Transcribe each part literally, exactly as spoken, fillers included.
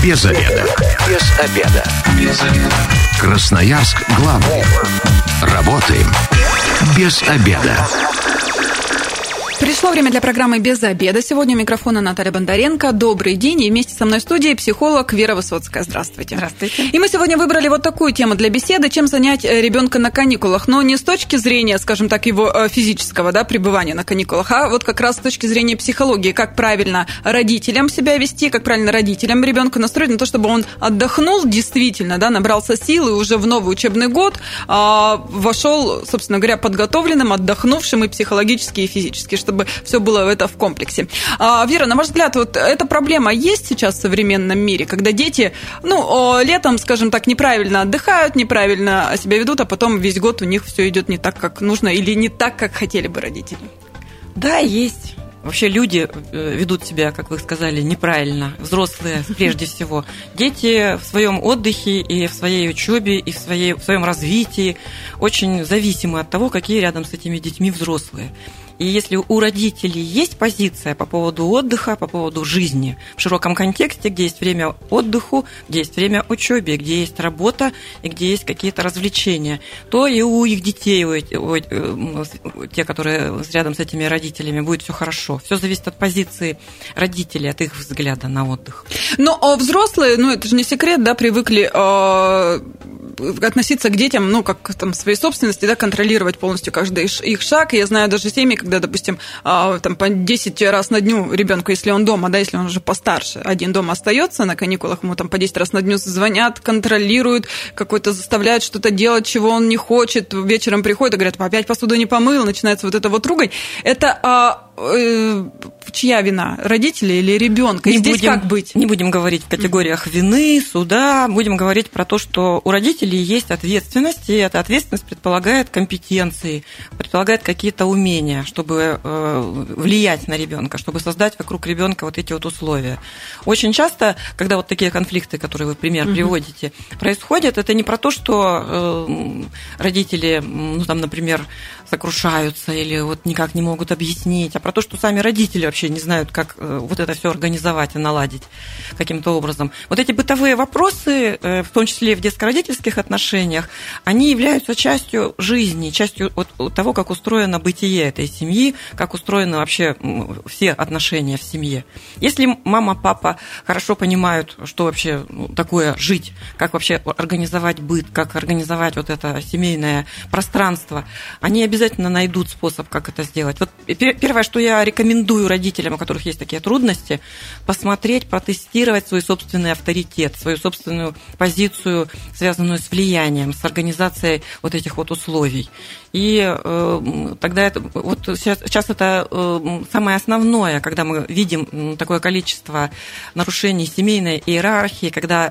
Без обеда. Без обеда. Без обеда. Красноярск главный. Работаем без обеда. Пришло время для программы «Без обеда». Сегодня у микрофона Наталья Бондаренко. Добрый день. И вместе со мной в студии психолог Вера Высоцкая. Здравствуйте. Здравствуйте. И мы сегодня выбрали вот такую тему для беседы, чем занять ребенка на каникулах. Но не с точки зрения, скажем так, его физического, да, пребывания на каникулах, а вот как раз с точки зрения психологии. Как правильно родителям себя вести, как правильно родителям ребенка настроить на то, чтобы он отдохнул действительно, да, набрался сил и уже в новый учебный год а, вошел, собственно говоря, подготовленным, отдохнувшим и психологически, и физически, чтобы все было это в комплексе. А, Вера, на ваш взгляд, вот эта проблема есть сейчас в современном мире, когда дети, ну, летом, скажем так, неправильно отдыхают, неправильно себя ведут, а потом весь год у них все идет не так, как нужно, или не так, как хотели бы родители? Да, есть. Вообще люди ведут себя, как вы сказали, неправильно, взрослые прежде всего. Дети в своем отдыхе и в своей учебе, и в, своей, в своем развитии очень зависимы от того, какие рядом с этими детьми взрослые. И если у родителей есть позиция по поводу отдыха, по поводу жизни в широком контексте, где есть время отдыху, где есть время учебы, где есть работа и где есть какие-то развлечения, то и у их детей, у, у, у, те, которые рядом с этими родителями, будет все хорошо. Все зависит от позиции родителей, от их взгляда на отдых. Ну, а взрослые, ну, это же не секрет, да, привыкли э, относиться к детям, ну, как там, своей собственности, да, контролировать полностью каждый их шаг. И я знаю даже семьи, когда, допустим, там по десять раз на дню ребенку, если он дома, да, если он уже постарше, один дома остается на каникулах, ему там по десять раз на дню звонят, контролируют, какой-то заставляют что-то делать, чего он не хочет, вечером приходит и говорят, опять посуду не помыл, начинается вот это вот ругань. Это а, э, чья вина? Родителей или ребенка? И не здесь будем, как быть? Не будем говорить в категориях вины, суда, будем говорить про то, что у родителей есть ответственность, и эта ответственность предполагает компетенции, предполагает какие-то умения, чтобы влиять на ребенка, чтобы создать вокруг ребенка вот эти вот условия. Очень часто, когда вот такие конфликты, которые вы пример приводите, происходят, это не про то, что родители, ну там, например, сокрушаются или вот никак не могут объяснить, а про то, что сами родители вообще не знают, как вот это все организовать и наладить каким-то образом. Вот эти бытовые вопросы, в том числе и в детско-родительских отношениях, они являются частью жизни, частью вот того, как устроено бытие этой семьи, как устроены вообще все отношения в семье. Если мама, папа хорошо понимают, что вообще такое жить, как вообще организовать быт, как организовать вот это семейное пространство, они обязательно найдут способ, как это сделать. Вот первое, что я рекомендую родителям, у которых есть такие трудности, посмотреть, протестировать свой собственный авторитет, свою собственную позицию, связанную с влиянием, с организацией вот этих вот условий. И э, тогда это, вот сейчас, сейчас это э, самое основное, когда мы видим такое количество нарушений семейной иерархии, когда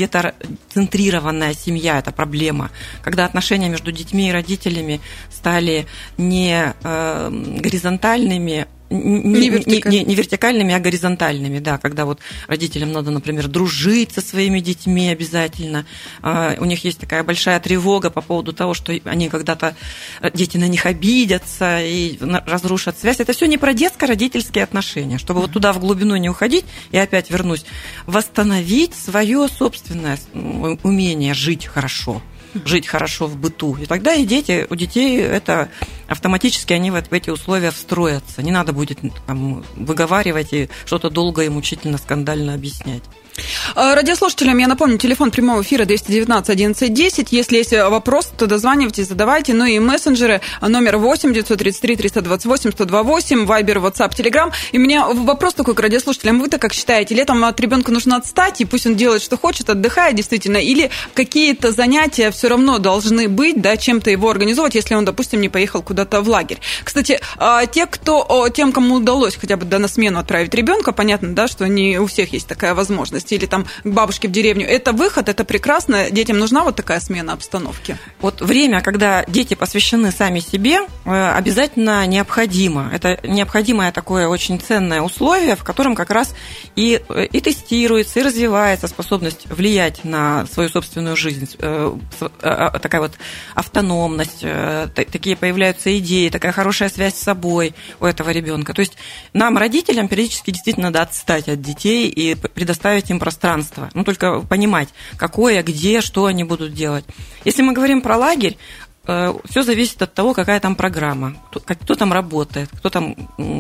детоцентрированная семья – это проблема, когда отношения между детьми и родителями стали не э, горизонтальными, Не, не, не, не вертикальными, а горизонтальными, да, когда вот родителям надо, например, дружить со своими детьми обязательно. У них есть такая большая тревога по поводу того, что они когда-то, дети на них обидятся и разрушат связь. Это все не про детско-родительские отношения. Чтобы вот туда в глубину не уходить, и опять вернусь, восстановить свое собственное умение жить хорошо. Жить хорошо в быту. И тогда и дети, у детей это автоматически они в эти условия встроятся. Не надо будет там выговаривать и что-то долго и мучительно, скандально объяснять. Радиослушателям я напомню, телефон прямого эфира двести девятнадцать одиннадцать десять. Если есть вопрос, то дозванивайтесь, задавайте. Ну и мессенджеры номер восемь девятьсот тридцать три триста двадцать восемь сто двадцать восемь, Вайбер, Ватсап, Телеграм. И у меня вопрос такой к радиослушателям. Вы-то как считаете, летом от ребенка нужно отстать, и пусть он делает, что хочет, отдыхает действительно, или какие-то занятия все равно должны быть, да, чем-то его организовать, если он, допустим, не поехал куда-то в лагерь. Кстати, те, кто, тем, кому удалось хотя бы на смену отправить ребенка, понятно, да, что не у всех есть такая возможность, или там к бабушке в деревню, это выход, это прекрасно, детям нужна вот такая смена обстановки. Вот время, когда дети посвящены сами себе, обязательно необходимо. Это необходимое такое очень ценное условие, в котором как раз и, и тестируется, и развивается способность влиять на свою собственную жизнь, такая вот автономность, такие появляются появляются идеи, такая хорошая связь с собой у этого ребенка. То есть нам, родителям, периодически действительно надо отстать от детей и предоставить им пространство. Ну, только понимать, какое, где, что они будут делать. Если мы говорим про лагерь, все зависит от того, какая там программа, кто там работает, кто там,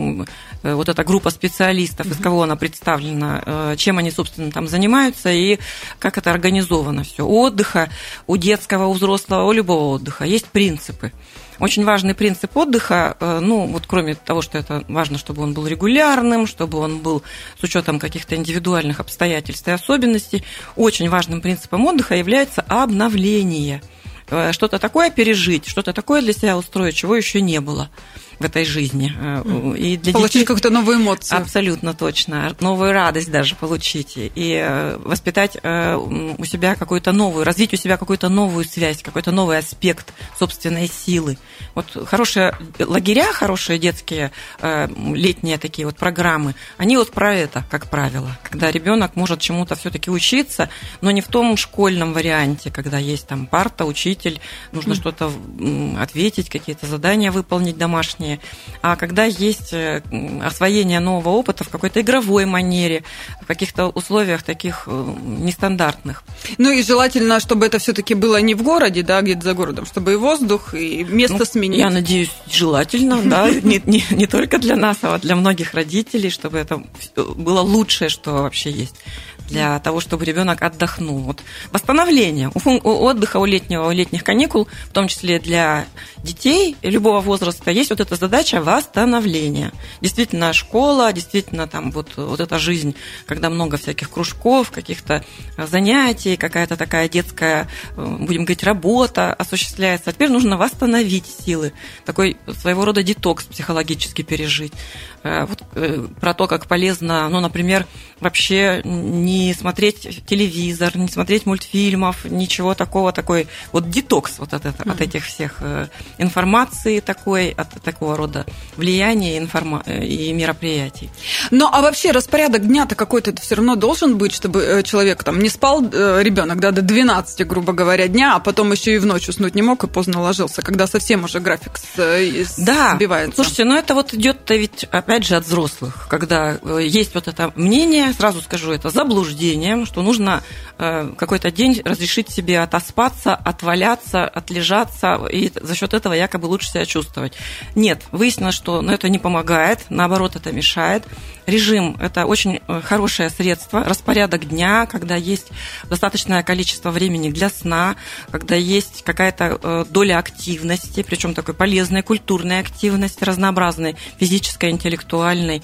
вот эта группа специалистов, из кого она представлена, чем они, собственно, там занимаются и как это организовано все. У отдыха, у детского, у взрослого, у любого отдыха есть принципы. Очень важный принцип отдыха, ну, вот кроме того, что это важно, чтобы он был регулярным, чтобы он был с учетом каких-то индивидуальных обстоятельств и особенностей, очень важным принципом отдыха является обновление. Что-то такое пережить, что-то такое для себя устроить, чего еще не было в этой жизни. И для получить детей... какую-то новую эмоцию. Абсолютно точно. Новую радость даже получить. И воспитать у себя какую-то новую, развить у себя какую-то новую связь, какой-то новый аспект собственной силы. Вот хорошие лагеря, хорошие детские летние такие вот программы, они вот про это, как правило. Когда ребенок может чему-то все-таки учиться, но не в том школьном варианте, когда есть там парта, учитель, нужно mm. что-то ответить, какие-то задания выполнить домашние. А когда есть освоение нового опыта в какой-то игровой манере, в каких-то условиях таких нестандартных. Ну и желательно, чтобы это все-таки было не в городе, да, где-то за городом, чтобы и воздух, и место ну, сменить. Я надеюсь, желательно, да, не, не, не только для нас, а для многих родителей, чтобы это было лучшее, что вообще есть. Для того, чтобы ребенок отдохнул. Вот восстановление у отдыха, у летнего, у летних каникул, в том числе для детей любого возраста, есть вот эта задача восстановления. Действительно, школа, действительно, там вот, вот эта жизнь, когда много всяких кружков, каких-то занятий, какая-то такая детская, будем говорить, работа осуществляется. А теперь нужно восстановить силы, такой своего рода детокс психологически пережить. Вот, про то, как полезно, ну, например, вообще не смотреть телевизор, не смотреть мультфильмов, ничего такого, такой вот детокс вот от, mm-hmm. от этих всех информации такой, от такого рода влияния информа- и мероприятий. Ну, а вообще распорядок дня-то какой-то все равно должен быть, чтобы человек там не спал, ребенок, да, до двенадцати, грубо говоря, дня, а потом еще и в ночь уснуть не мог и поздно ложился, когда совсем уже график да. сбивается. Слушайте, ну это вот идет-то ведь опять же от взрослых, когда есть вот это мнение, сразу скажу, это заблуждением, что нужно какой-то день разрешить себе отоспаться, отваляться, отлежаться, и за счет этого якобы лучше себя чувствовать. Нет, выяснилось, что ну, это не помогает, наоборот, это мешает. Режим – это очень хорошее средство, распорядок дня, когда есть достаточное количество времени для сна, когда есть какая-то доля активности, причем такой полезной культурной активности, разнообразной, физической, интеллектуальной,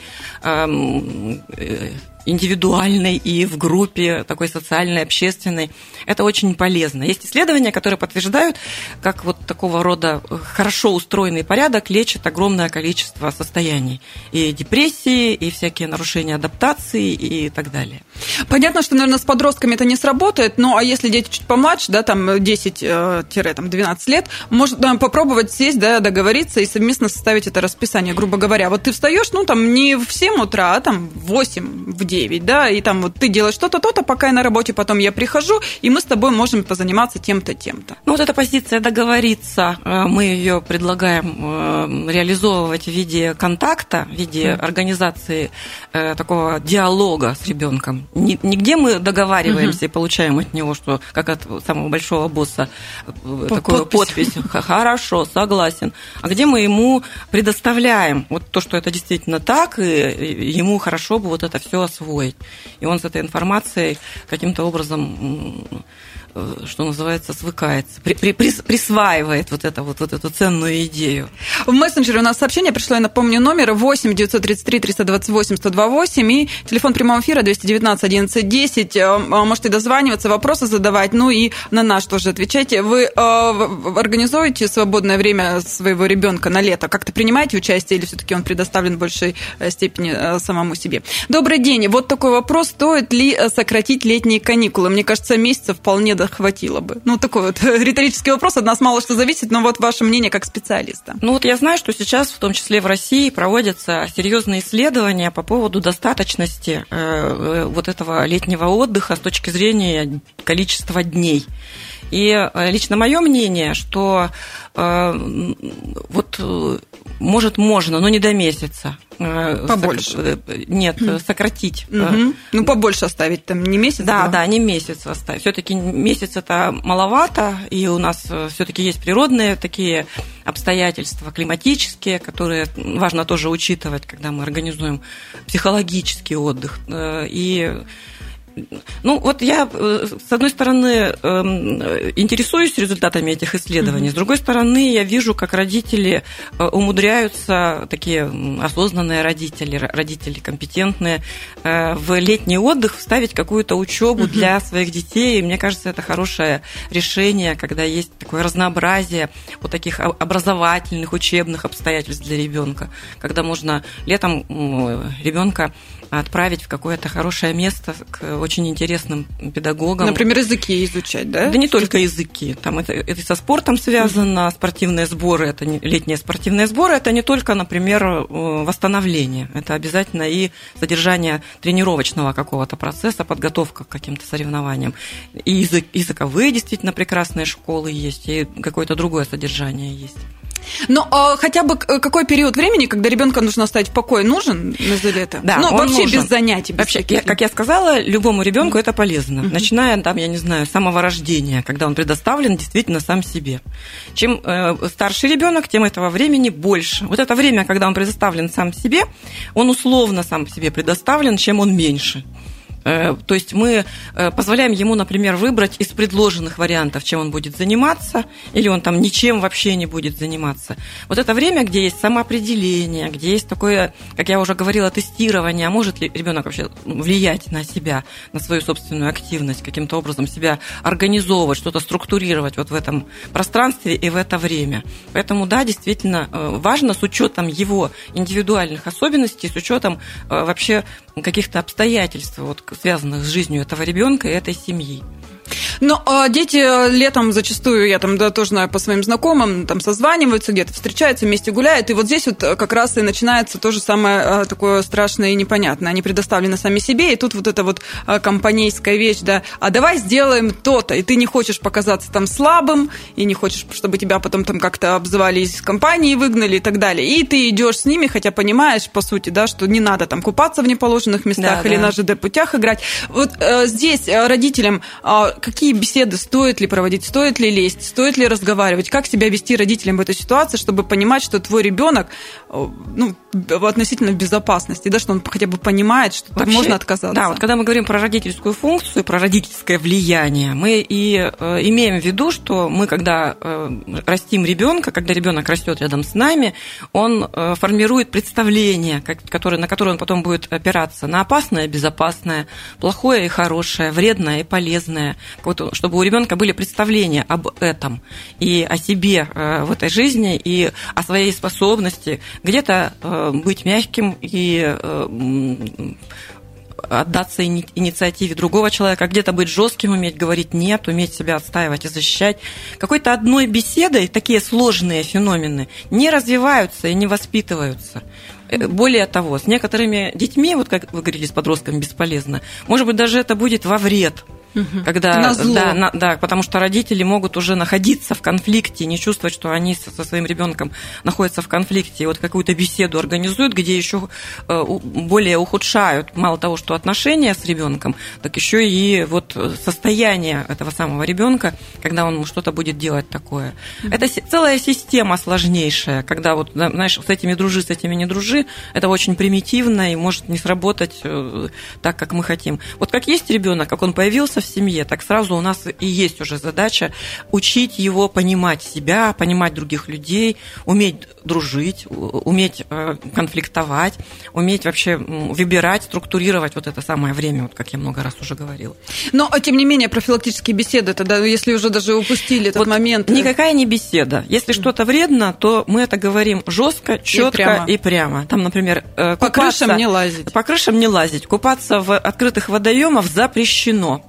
индивидуальной и в группе, такой социальной, общественной. Это очень полезно. Есть исследования, которые подтверждают, как вот такого рода хорошо устроенный порядок лечит огромное количество состояний. И депрессии, и всякие нарушения адаптации, и так далее. Понятно, что, наверное, с подростками это не сработает, ну, а если дети чуть помладше, да, там десять-двенадцать лет, можно попробовать сесть, да, договориться и совместно составить это расписание, грубо говоря. Вот ты встаешь, ну, там, не в семь утра, а там в восемь, в девять, да, и там вот ты делаешь что-то, то-то, пока я на работе, потом я прихожу, и мы с тобой можем позаниматься тем-то, тем-то. Ну, вот эта позиция договориться, мы ее предлагаем реализовывать в виде контакта, в виде mm. организации такого диалога с ребенком. Нигде мы договариваемся mm-hmm. и получаем от него, что как от самого большого босса такую подпись. подпись «Хорошо, согласен». А где мы ему предоставляем вот то, что это действительно так, и ему хорошо бы вот это все освоить. И он с этой информацией каким-то образом, что называется, свыкается, при, при, присваивает вот, это, вот, вот эту ценную идею. В мессенджере у нас сообщение пришло, я напомню, номер восемь девятьсот тридцать три триста двадцать восемь сто двадцать восемь и телефон прямого эфира двести девятнадцать одиннадцать десять. Можете дозваниваться, вопросы задавать, ну и на наш тоже отвечайте. Вы э, организуете свободное время своего ребенка на лето? Как-то принимаете участие или все-таки он предоставлен в большей степени э, самому себе? Добрый день. Вот такой вопрос. Стоит ли сократить летние каникулы? Мне кажется, месяца вполне достаточно. месяца хватило бы? Ну, такой вот риторический вопрос, от нас мало что зависит, но вот ваше мнение как специалиста. Ну, вот я знаю, что сейчас, в том числе в России, проводятся серьезные исследования по поводу достаточности вот этого летнего отдыха с точки зрения количества дней. И лично мое мнение, что э, вот может можно, но не до месяца. Побольше. Нет, сократить. Угу. Ну, побольше оставить, там не месяц. Да, да, не месяц оставить. Все-таки месяц это маловато, и у нас все-таки есть природные такие обстоятельства, климатические, которые важно тоже учитывать, когда мы организуем психологический отдых. И ну, вот я, с одной стороны, интересуюсь результатами этих исследований, mm-hmm. с другой стороны, я вижу, как родители умудряются, такие осознанные родители, родители компетентные, в летний отдых вставить какую-то учебу mm-hmm. для своих детей. И мне кажется, это хорошее решение, когда есть такое разнообразие вот таких образовательных, учебных обстоятельств для ребенка, когда можно летом ребенка отправить в какое-то хорошее место к очень интересным педагогам. Например, языки изучать, да? Да не только языки. Там это, это со спортом связано, спортивные сборы, это не, летние спортивные сборы, это не только, например, восстановление. Это обязательно и содержание тренировочного какого-то процесса, подготовка к каким-то соревнованиям. И язык, языковые действительно прекрасные школы есть, и какое-то другое содержание есть. Но а, хотя бы какой период времени, когда ребенка нужно оставить в покое, нужен на лето? Да, ну, вообще нужен. без занятий, без вообще, всяких... как я сказала, любому ребенку mm-hmm. это полезно. Mm-hmm. Начиная, там, я не знаю, с самого рождения, когда он предоставлен действительно сам себе. Чем э, старше ребенок, тем этого времени больше. Вот это время, когда он предоставлен сам себе, он условно сам себе предоставлен, чем он меньше. То есть мы позволяем ему, например, выбрать из предложенных вариантов, чем он будет заниматься, или он там ничем вообще не будет заниматься. Вот это время, где есть самоопределение, где есть такое, как я уже говорила, тестирование, а может ли ребенок вообще влиять на себя, на свою собственную активность, каким-то образом себя организовывать, что-то структурировать вот в этом пространстве и в это время. Поэтому, да, действительно важно с учетом его индивидуальных особенностей, с учетом вообще каких-то обстоятельств, вот, связанных с жизнью этого ребенка и этой семьи. Но а дети летом зачастую, я там да, тоже знаю по своим знакомым, там созваниваются, где-то встречаются, вместе гуляют, и вот здесь вот как раз и начинается то же самое такое страшное и непонятное. Они предоставлены сами себе, и тут вот эта вот компанейская вещь, да, а давай сделаем то-то, и ты не хочешь показаться там слабым, и не хочешь, чтобы тебя потом там как-то обзывали из компании, выгнали и так далее. И ты идешь с ними, хотя понимаешь, по сути, да, что не надо там купаться в неположенных местах да, или да. на ЖД-путях играть. Вот э, здесь родителям э, какие беседы стоит ли проводить, стоит ли лезть, стоит ли разговаривать, как себя вести родителям в этой ситуации, чтобы понимать, что твой ребенок ну, относительно в безопасности, да, что он хотя бы понимает, что вообще, можно отказаться. Да, вот когда мы говорим про родительскую функцию, про родительское влияние, мы и э, имеем в виду, что мы, когда э, растим ребенка, когда ребенок растет рядом с нами, он э, формирует представление, как, которое, на которое он потом будет опираться, на опасное и безопасное, плохое и хорошее, вредное и полезное, чтобы у ребенка были представления об этом и о себе в этой жизни, и о своей способности где-то быть мягким и отдаться инициативе другого человека, где-то быть жестким, уметь говорить нет, уметь себя отстаивать и защищать. Какой-то одной беседой такие сложные феномены не развиваются и не воспитываются. Более того, с некоторыми детьми, вот как вы говорили, с подростками бесполезно, может быть, даже это будет во вред. Угу. Когда, да, на, да, потому что родители могут уже находиться в конфликте, не чувствовать, что они со, со своим ребенком находятся в конфликте, и вот какую-то беседу организуют, где еще более ухудшают, мало того, что отношения с ребенком, так еще и вот состояние этого самого ребенка, когда он что-то будет делать такое. Угу. Это целая система сложнейшая, когда вот, знаешь, с этими дружи, с этими не дружи, это очень примитивно и может не сработать так, как мы хотим. Вот как есть ребенок, как он появился в семье, так сразу у нас и есть уже задача учить его понимать себя, понимать других людей, уметь дружить, уметь конфликтовать, уметь вообще выбирать, структурировать вот это самое время, вот как я много раз уже говорила. Но, тем не менее, профилактические беседы, тогда, если уже даже упустили этот вот момент... Никакая не беседа. Если mm. что-то вредно, то мы это говорим жестко, четко и прямо. И прямо. Там, например, купаться... По крышам не лазить. По крышам не лазить. Купаться в открытых водоемах запрещено.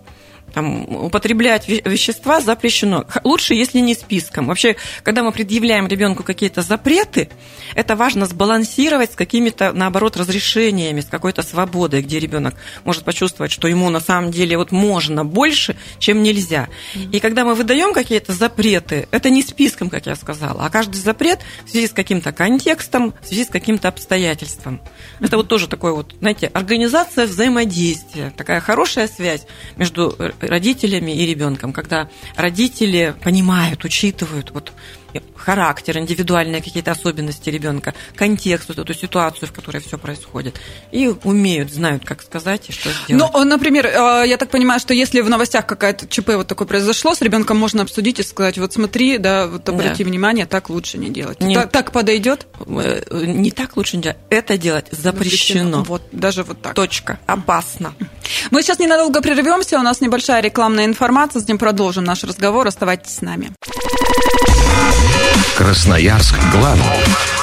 Там, употреблять вещества запрещено. Лучше, если не списком. Вообще, когда мы предъявляем ребенку какие-то запреты, это важно сбалансировать с какими-то, наоборот, разрешениями, с какой-то свободой, где ребенок может почувствовать, что ему на самом деле вот можно больше, чем нельзя. И когда мы выдаем какие-то запреты, это не списком, как я сказала, а каждый запрет в связи с каким-то контекстом, в связи с каким-то обстоятельством. Это вот тоже такое вот, знаете, организация взаимодействия, такая хорошая связь между родителями и ребенком, когда родители понимают, учитывают вот характер, индивидуальные какие-то особенности ребенка, контекст, вот эту ситуацию, в которой все происходит, и умеют, знают, как сказать и что сделать. Ну, например, я так понимаю, что если в новостях какая-то ЧП вот такое произошло, с ребенком можно обсудить и сказать, вот смотри, да, вот обрати да. внимание, так лучше не делать. Не, так, так подойдет? Не так лучше не делать. Это делать запрещено. Вот, даже вот так. Точка. Опасно. Мы сейчас ненадолго прервемся, у нас небольшая рекламная информация, с ним продолжим наш разговор, оставайтесь с нами. Красноярск главный.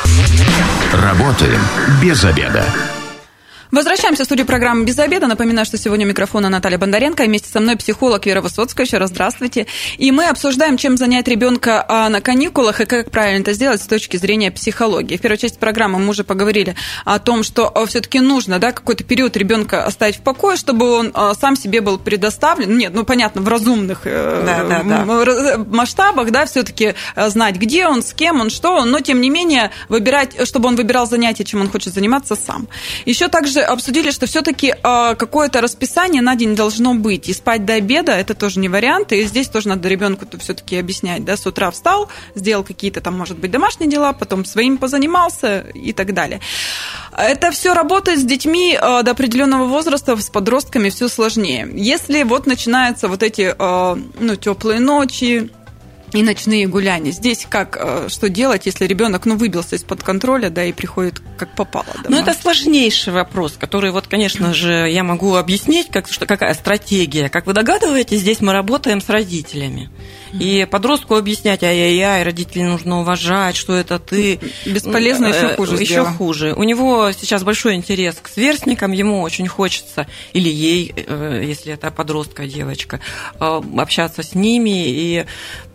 Работаем без обеда. Возвращаемся в студию программы «Без обеда». Напоминаю, что сегодня у микрофона Наталья Бондаренко. Вместе со мной психолог Вера Высоцкая. Еще раз здравствуйте. И мы обсуждаем, чем занять ребенка на каникулах и как правильно это сделать с точки зрения психологии. В первой части программы мы уже поговорили о том, что все-таки нужно, да, какой-то период ребенка оставить в покое, чтобы он сам себе был предоставлен. Нет, ну понятно, в разумных да, да, да. масштабах, да, все-таки знать, где он, с кем он, что он, но тем не менее выбирать, чтобы он выбирал занятия, чем он хочет заниматься сам. Еще также обсудили, что все-таки э, какое-то расписание на день должно быть. И спать до обеда – это тоже не вариант. И здесь тоже надо ребенку все-таки объяснять. Да? С утра встал, сделал какие-то там, может быть, домашние дела, потом своим позанимался и так далее. Это все работает с детьми э, до определенного возраста, с подростками все сложнее. Если вот начинаются вот эти э, ну, теплые ночи, и ночные гуляния. Здесь как, что делать, если ребенок, ну, выбился из-под контроля, да, и приходит как попало домой? Ну, это сложнейший вопрос, который, вот, конечно же, я могу объяснить, как, что, какая стратегия. Как вы догадываетесь, здесь мы работаем с родителями. И подростку объяснять, ай-яй-яй, родителей нужно уважать, что это ты. Бесполезно, еще хуже Еще сделано. хуже. У него сейчас большой интерес к сверстникам, ему очень хочется, или ей, если это подростка, девочка, общаться с ними. И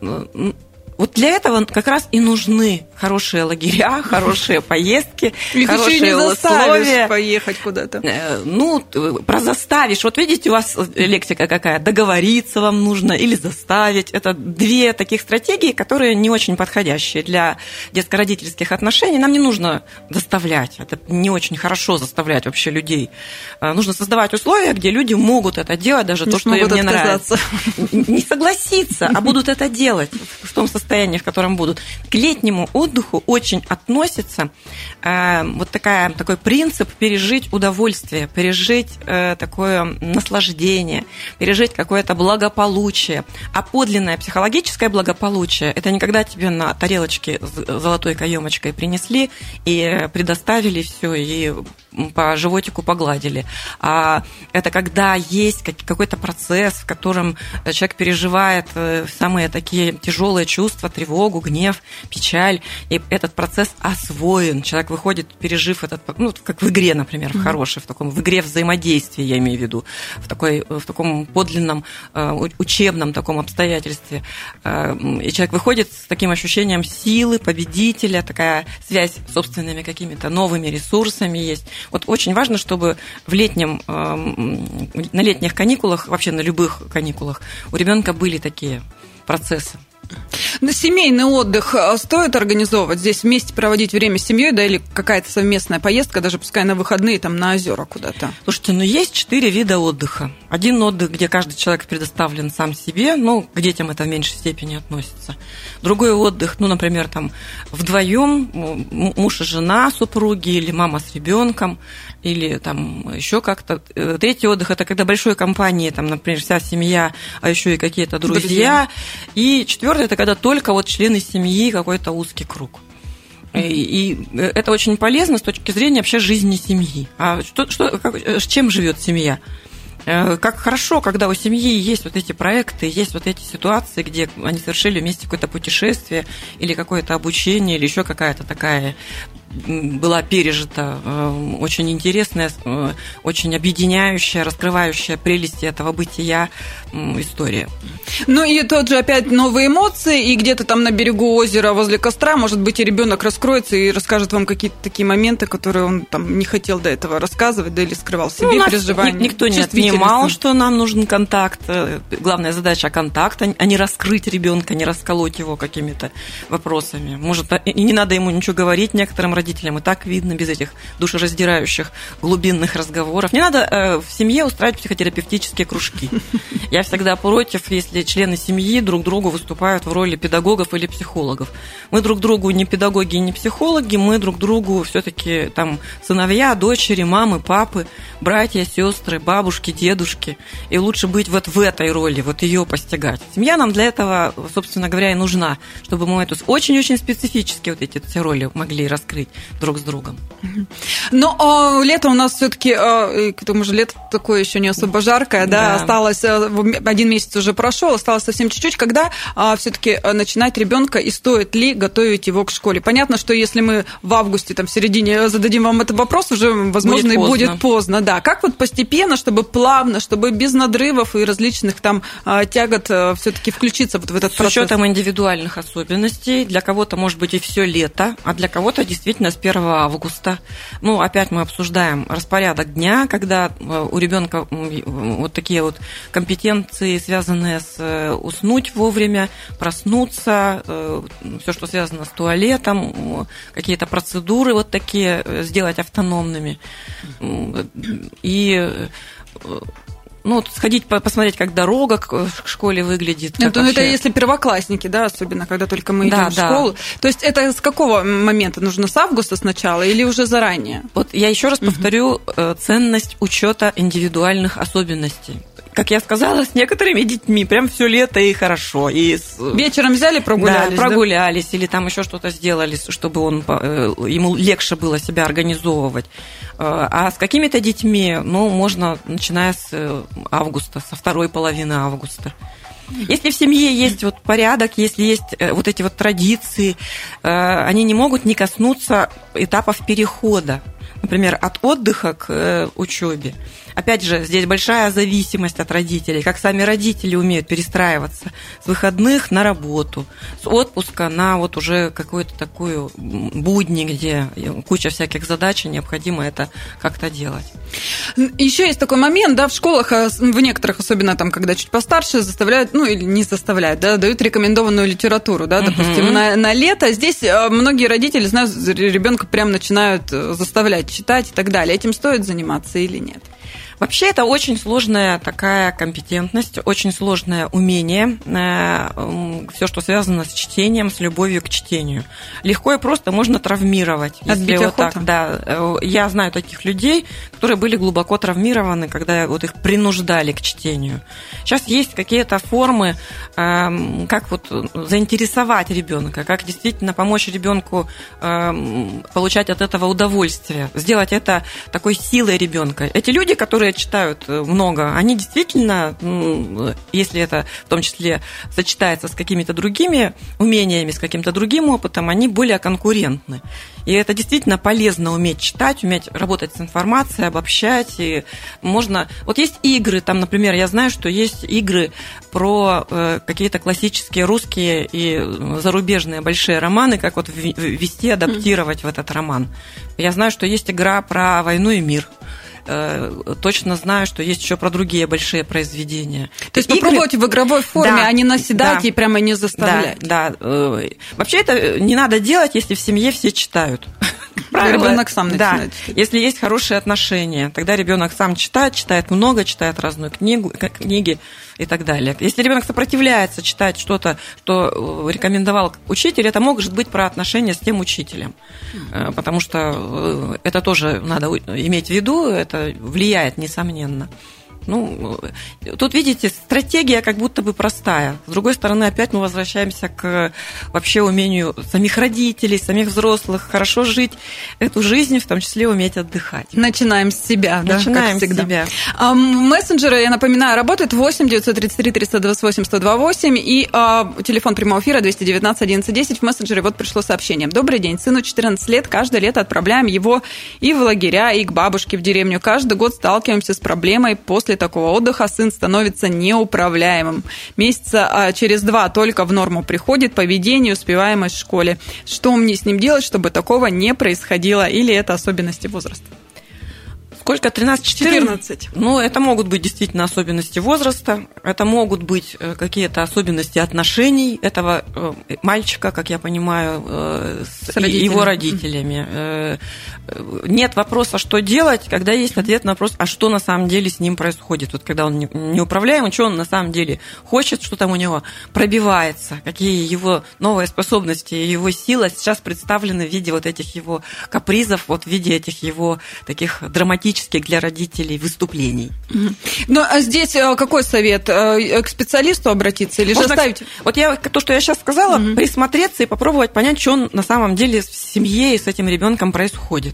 вот для этого как раз и нужны хорошие лагеря, хорошие поездки, их хорошие еще и не условия. Поехать куда-то. Ну, про заставишь. Вот видите, у вас лексика какая. Договориться вам нужно или заставить. Это две таких стратегии, которые не очень подходящие для детско-родительских отношений. Нам не нужно заставлять. Это не очень хорошо заставлять вообще людей. Нужно создавать условия, где люди могут это делать, даже не то, что им не нравится. Не согласиться, а будут это делать в том состоянии, в котором будут. К летнему отдыху очень относится э, вот такая, такой принцип пережить удовольствие, пережить э, такое наслаждение, пережить какое-то благополучие. А подлинное психологическое благополучие – это не когда тебе на тарелочке с золотой каемочкой принесли и предоставили все и по животику погладили. А это когда есть какой-то процесс, в котором человек переживает самые такие тяжелые чувства, тревогу, гнев, печаль, и этот процесс освоен. Человек выходит, пережив этот, ну, как в игре, например, в хорошей, в таком, в игре взаимодействия, я имею в виду, в, такой, в таком подлинном учебном таком обстоятельстве. И человек выходит с таким ощущением силы, победителя, такая связь с собственными какими-то новыми ресурсами есть. Вот очень важно, чтобы в летнем, на летних каникулах, вообще на любых каникулах, у ребенка были такие процессы. На семейный отдых стоит организовывать, здесь вместе проводить время с семьей, да, или какая-то совместная поездка, даже пускай на выходные, там, на озера куда-то? Слушайте, ну есть четыре вида отдыха. Один отдых, где каждый человек предоставлен сам себе, ну, к детям это в меньшей степени относится. Другой отдых, ну, например, там, вдвоем, муж и жена, супруги, или мама с ребенком, или там еще как-то. Третий отдых – это когда большой компании, там, например, вся семья, а еще и какие-то друзья. друзья. И четвертый – это когда только вот члены семьи, какой-то узкий круг. И, и это очень полезно с точки зрения вообще жизни семьи. А что, что, как, с чем живет семья? Как хорошо, когда у семьи есть вот эти проекты, есть вот эти ситуации, где они совершили вместе какое-то путешествие или какое-то обучение, или еще какая-то такая была пережита очень интересная, очень объединяющая, раскрывающая прелести этого бытия история. Ну и тот же опять новые эмоции, и где-то там на берегу озера возле костра, может быть, и ребенок раскроется и расскажет вам какие-то такие моменты, которые он там не хотел до этого рассказывать, да, или скрывал в себе, ну, переживания. Никто не отнимал, что нам нужен контакт. Главная задача – контакт, а не раскрыть ребенка, не расколоть его какими-то вопросами. Может, и не надо ему ничего говорить некоторым родителям, и так видно без этих душераздирающих глубинных разговоров. Не надо в семье устраивать психотерапевтические кружки. Я всегда против, если члены семьи друг другу выступают в роли педагогов или психологов. Мы друг другу не педагоги и не психологи, мы друг другу все-таки там сыновья, дочери, мамы, папы, братья, сестры, бабушки, дедушки. И лучше быть вот в этой роли, вот ее постигать. Семья нам для этого, собственно говоря, и нужна, чтобы мы эту очень-очень специфически вот эти все роли могли раскрыть друг с другом. Но а, лето у нас все-таки, а, к тому же лето такое еще не особо жаркое, да, да. Осталось, один месяц уже прошел, осталось совсем чуть-чуть, когда а, все-таки начинать ребенка и стоит ли готовить его к школе. Понятно, что если мы в августе, там, в середине зададим вам этот вопрос, уже, возможно, будет и поздно. будет поздно. Да. Как вот постепенно, чтобы плавно, чтобы без надрывов и различных там тягот все-таки включиться вот в этот С процесс? С учетом индивидуальных особенностей. Для кого-то, может быть, и все лето, а для кого-то действительно с первого августа. Ну, опять мы обсуждаем распорядок дня, когда у ребенка вот такие вот компетенции, связанные с уснуть вовремя, проснуться, все, что связано с туалетом, какие-то процедуры вот такие сделать автономными. И ну, вот сходить посмотреть, как дорога к школе выглядит. Как это, это если первоклассники, да, особенно, когда только мы идем да, в школу. Да. То есть это с какого момента нужно, с августа сначала или уже заранее? Вот я еще раз повторю угу. ценность учета индивидуальных особенностей. Как я сказала, с некоторыми детьми прям все лето и хорошо. И с... Вечером взяли, прогулялись. Да, прогулялись, да? Или там еще что-то сделали, чтобы он, ему легче было себя организовывать. А с какими-то детьми, ну, можно, начиная с августа, со второй половины августа. Если в семье есть вот порядок, если есть вот эти вот традиции, они не могут не коснуться этапов перехода. Например, от отдыха к учебе. Опять же, здесь большая зависимость от родителей, как сами родители умеют перестраиваться с выходных на работу, с отпуска на вот уже какую-то такую будни, где куча всяких задач, и необходимо это как-то делать. Еще есть такой момент, да, в школах, в некоторых, особенно там, когда чуть постарше, заставляют, ну или не заставляют, да, дают рекомендованную литературу, да, допустим, угу. на, на лето. Здесь многие родители, знают, ребенка прям начинают заставлять читать и так далее. Этим стоит заниматься или нет? Вообще это очень сложная такая компетентность, очень сложное умение, все, что связано с чтением, с любовью к чтению. Легко и просто можно травмировать. Отбить если охоту. Вот так, да. Я знаю таких людей, которые были глубоко травмированы, когда вот их принуждали к чтению. Сейчас есть какие-то формы, как вот заинтересовать ребенка, как действительно помочь ребенку получать от этого удовольствие, сделать это такой силой ребенка. Эти люди, которые читают много, они действительно, если это в том числе сочетается с какими-то другими умениями, с каким-то другим опытом, они более конкурентны. И это действительно полезно уметь читать, уметь работать с информацией, обобщать. И можно... Вот есть игры, там, например, я знаю, что есть игры про какие-то классические русские и зарубежные большие романы, как вот ввести, адаптировать в этот роман. Я знаю, что есть игра про «Войну и мир». Точно знаю, что есть еще про другие большие произведения. То есть игры... попробовать в игровой форме, да, а не наседать, да, и прямо не заставлять. Да, да. Вообще это не надо делать, если в семье все читают. Правило, ребенок сам начинает. Да. Если есть хорошие отношения, тогда ребенок сам читает, читает много, читает разную книгу, книги и так далее. Если ребенок сопротивляется читать что-то, что рекомендовал учитель, это может быть про отношения с тем учителем. Потому что это тоже надо иметь в виду, это влияет, несомненно. Ну, тут, видите, стратегия как будто бы простая. С другой стороны, опять мы возвращаемся к вообще умению самих родителей, самих взрослых хорошо жить эту жизнь, в том числе уметь отдыхать. Начинаем с себя, да, Начинаем как всегда. с себя. А, мессенджеры, я напоминаю, работают восемь девятьсот тридцать три триста двадцать восемь сто двадцать восемь и а, телефон прямого эфира двести девятнадцать одиннадцать десять. В мессенджере вот пришло сообщение. Добрый день, сыну четырнадцать лет, каждое лето отправляем его и в лагеря, и к бабушке в деревню. Каждый год сталкиваемся с проблемой. После такого отдыха сын становится неуправляемым. Месяца а, через два только в норму приходит поведение, успеваемость в школе. Что мне с ним делать, чтобы такого не происходило? Или это особенности возраста? Сколько? тринадцать-четырнадцать? Ну, это могут быть действительно особенности возраста, это могут быть какие-то особенности отношений этого мальчика, как я понимаю, с, с его родителями. Нет вопроса, что делать, когда есть ответ на вопрос, а что на самом деле с ним происходит. Вот когда он неуправляемый, что он на самом деле хочет, что там у него пробивается, какие его новые способности, его сила сейчас представлены в виде вот этих его капризов, вот в виде этих его таких драматических для родителей выступлений. Ну, а здесь какой совет? К специалисту обратиться или же Можно, оставить? Вот я, то, что я сейчас сказала, угу. присмотреться и попробовать понять, что на самом деле в семье и с этим ребенком происходит.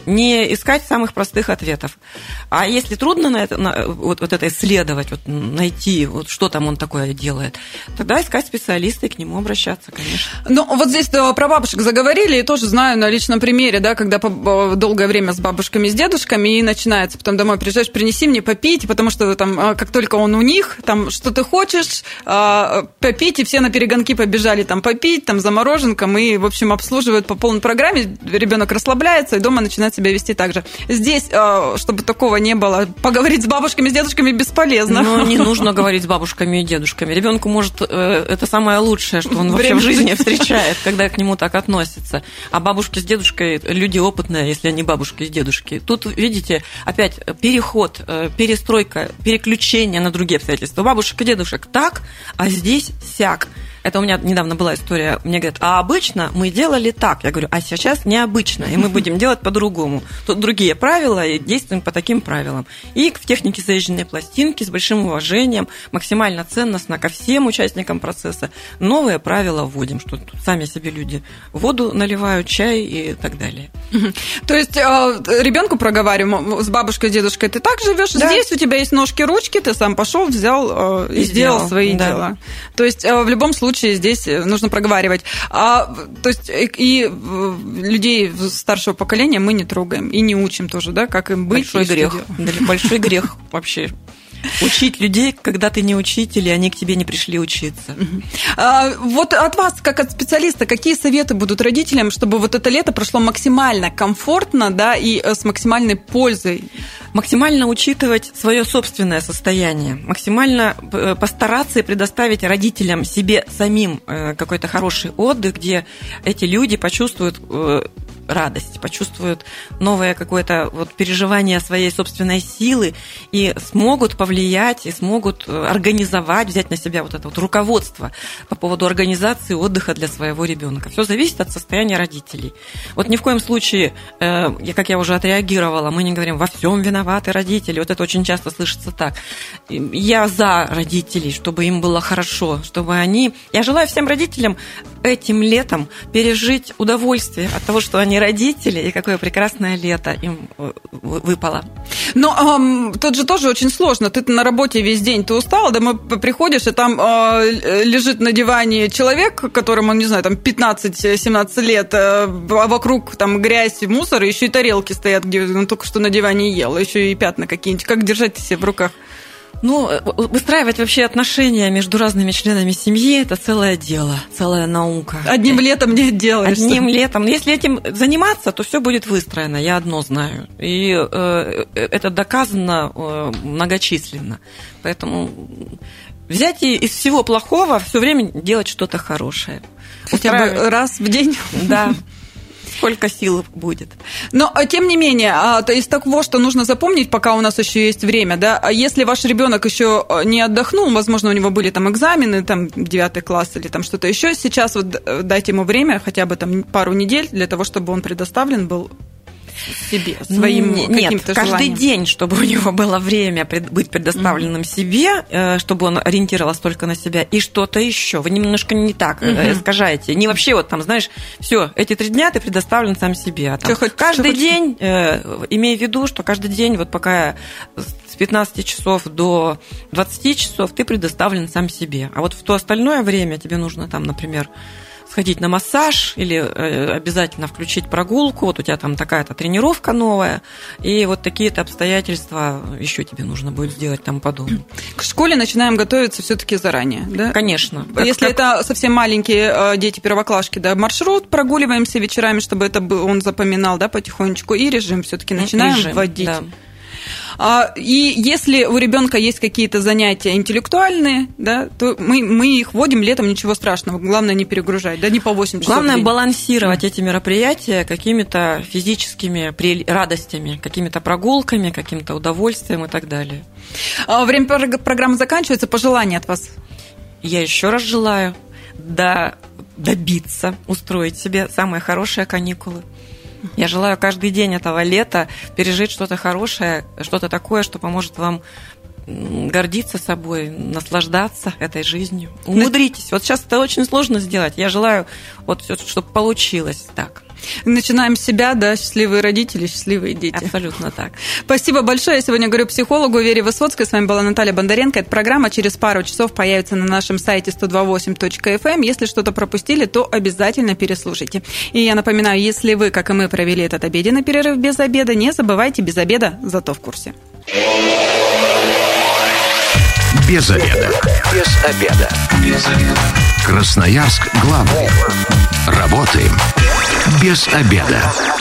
Не искать самых простых ответов. А если трудно на это, на, вот, вот это исследовать, вот, найти, вот, что там он такое делает, тогда искать специалиста и к нему обращаться, конечно. Ну, вот здесь про бабушек заговорили, и тоже знаю на личном примере, да, когда долгое время с бабушками, с дедушками, и начинается, потом домой приезжаешь, принеси мне попить, потому что там, как только он у них, там, что ты хочешь, попить, и все на перегонки побежали там попить, там, за мороженком, и, в общем, обслуживают по полной программе, ребенок расслабляется, и дома начинает себя вести так же. Здесь, чтобы такого не было, поговорить с бабушками, с дедушками бесполезно. Но не нужно говорить с бабушками и дедушками. Ребенку может, это самое лучшее, что он вообще в жизни встречает, когда к нему так относятся. А бабушки с дедушкой люди опытные, если они бабушки и дедушки. Тут, видите, опять переход, перестройка, переключение на другие обстоятельства. Бабушек и дедушек так, а здесь сяк. Это у меня недавно была история. Мне говорят, а обычно мы делали так. Я говорю, а сейчас необычно, и мы будем делать по-другому. Тут другие правила, и действуем по таким правилам. И в технике заезженной пластинки с большим уважением, максимально ценностно ко всем участникам процесса новые правила вводим, что тут сами себе люди воду наливают, чай и так далее. То есть ребенку проговариваем, с бабушкой, с дедушкой ты так живешь, да. Здесь у тебя есть ножки, ручки, ты сам пошел, взял и, и сделал, сделал свои да. дела. То есть в любом случае здесь нужно проговаривать. А, то есть и людей старшего поколения мы не трогаем и не учим тоже, да, как им быть. Большой грех. Большой грех вообще. Учить людей, когда ты не учитель, и они к тебе не пришли учиться. А, вот от вас, как от специалиста, какие советы будут родителям, чтобы вот это лето прошло максимально комфортно, да, и с максимальной пользой? Максимально учитывать свое собственное состояние, максимально постараться и предоставить родителям себе самим какой-то хороший отдых, где эти люди почувствуют радость, почувствуют новое какое-то вот переживание своей собственной силы и смогут повлиять, и смогут организовать, взять на себя вот это вот руководство по поводу организации отдыха для своего ребенка. Все зависит от состояния родителей. Вот ни в коем случае, как я уже отреагировала, мы не говорим, во всем виноваты родители. Вот это очень часто слышится так. Я за родителей, чтобы им было хорошо, чтобы они... Я желаю всем родителям этим летом пережить удовольствие от того, что они родители, и какое прекрасное лето им выпало. Но эм, тут же тоже очень сложно. Ты на работе весь день, ты устала, домой приходишь, и там э, лежит на диване человек, которому, не знаю, там пятнадцать-семнадцать лет, э, вокруг там грязь, мусор, и еще и тарелки стоят, где он только что на диване ел, еще и пятна какие-нибудь. Как держать себя в руках? Ну, выстраивать вообще отношения между разными членами семьи – это целое дело, целая наука. Одним летом не делаешь. Одним летом. Если этим заниматься, то все будет выстроено, я одно знаю. И э, это доказано э, многочисленно. Поэтому взять и из всего плохого все время делать что-то хорошее. Хотя бы раз в день. Да. Сколько сил будет. Но, тем не менее, из того, что нужно запомнить, пока у нас еще есть время, да, если ваш ребенок еще не отдохнул, возможно, у него были там экзамены, там, девятый класс или там что-то еще, сейчас вот дайте ему время, хотя бы там пару недель, для того, чтобы он предоставлен был себе, своим Нет, каким-то каждый желаниям? день, чтобы у него было время быть предоставленным mm-hmm. себе, чтобы он ориентировался только на себя, и что-то еще. Вы немножко не так mm-hmm. искажаете. Не вообще вот там, знаешь, все, эти три дня ты предоставлен сам себе. А там хоть, каждый день, э, имея в виду, что каждый день, вот пока с пятнадцати часов до двадцати часов ты предоставлен сам себе. А вот в то остальное время тебе нужно там, например, сходить на массаж или обязательно включить прогулку, вот у тебя там такая-то тренировка новая, и вот такие-то обстоятельства еще тебе нужно будет сделать тому подобное. К школе начинаем готовиться все-таки заранее, да? Конечно. Как, Если как... это совсем маленькие дети первоклашки, да, маршрут, прогуливаемся вечерами, чтобы это он запоминал, да, потихонечку, и режим все-таки начинаем режим, вводить. Да. И если у ребенка есть какие-то занятия интеллектуальные, да, то мы, мы их вводим летом, ничего страшного. Главное не перегружать, да, не по восемь часов. Главное балансировать эти мероприятия какими-то физическими радостями, какими-то прогулками, каким-то удовольствием и так далее. Время программы заканчивается. Пожелания от вас? Я еще раз желаю до, добиться, устроить себе самые хорошие каникулы. Я желаю каждый день этого лета пережить что-то хорошее, что-то такое, что поможет вам гордиться собой, наслаждаться этой жизнью. Умудритесь. Вот сейчас это очень сложно сделать. Я желаю, вот, чтобы получилось так. Начинаем с себя, да, счастливые родители, счастливые дети. Абсолютно так. Спасибо большое. Я сегодня говорю психологу Вере Высоцкой. С вами была Наталья Бондаренко. Эта программа через пару часов появится на нашем сайте сто два восемь точка эф эм. Если что-то пропустили, то обязательно переслушайте. И я напоминаю, если вы, как и мы, провели этот обеденный перерыв без обеда, не забывайте, без обеда, зато в курсе. Без обеда. Без обеда. Без обеда. Красноярск главный. Работаем без обеда.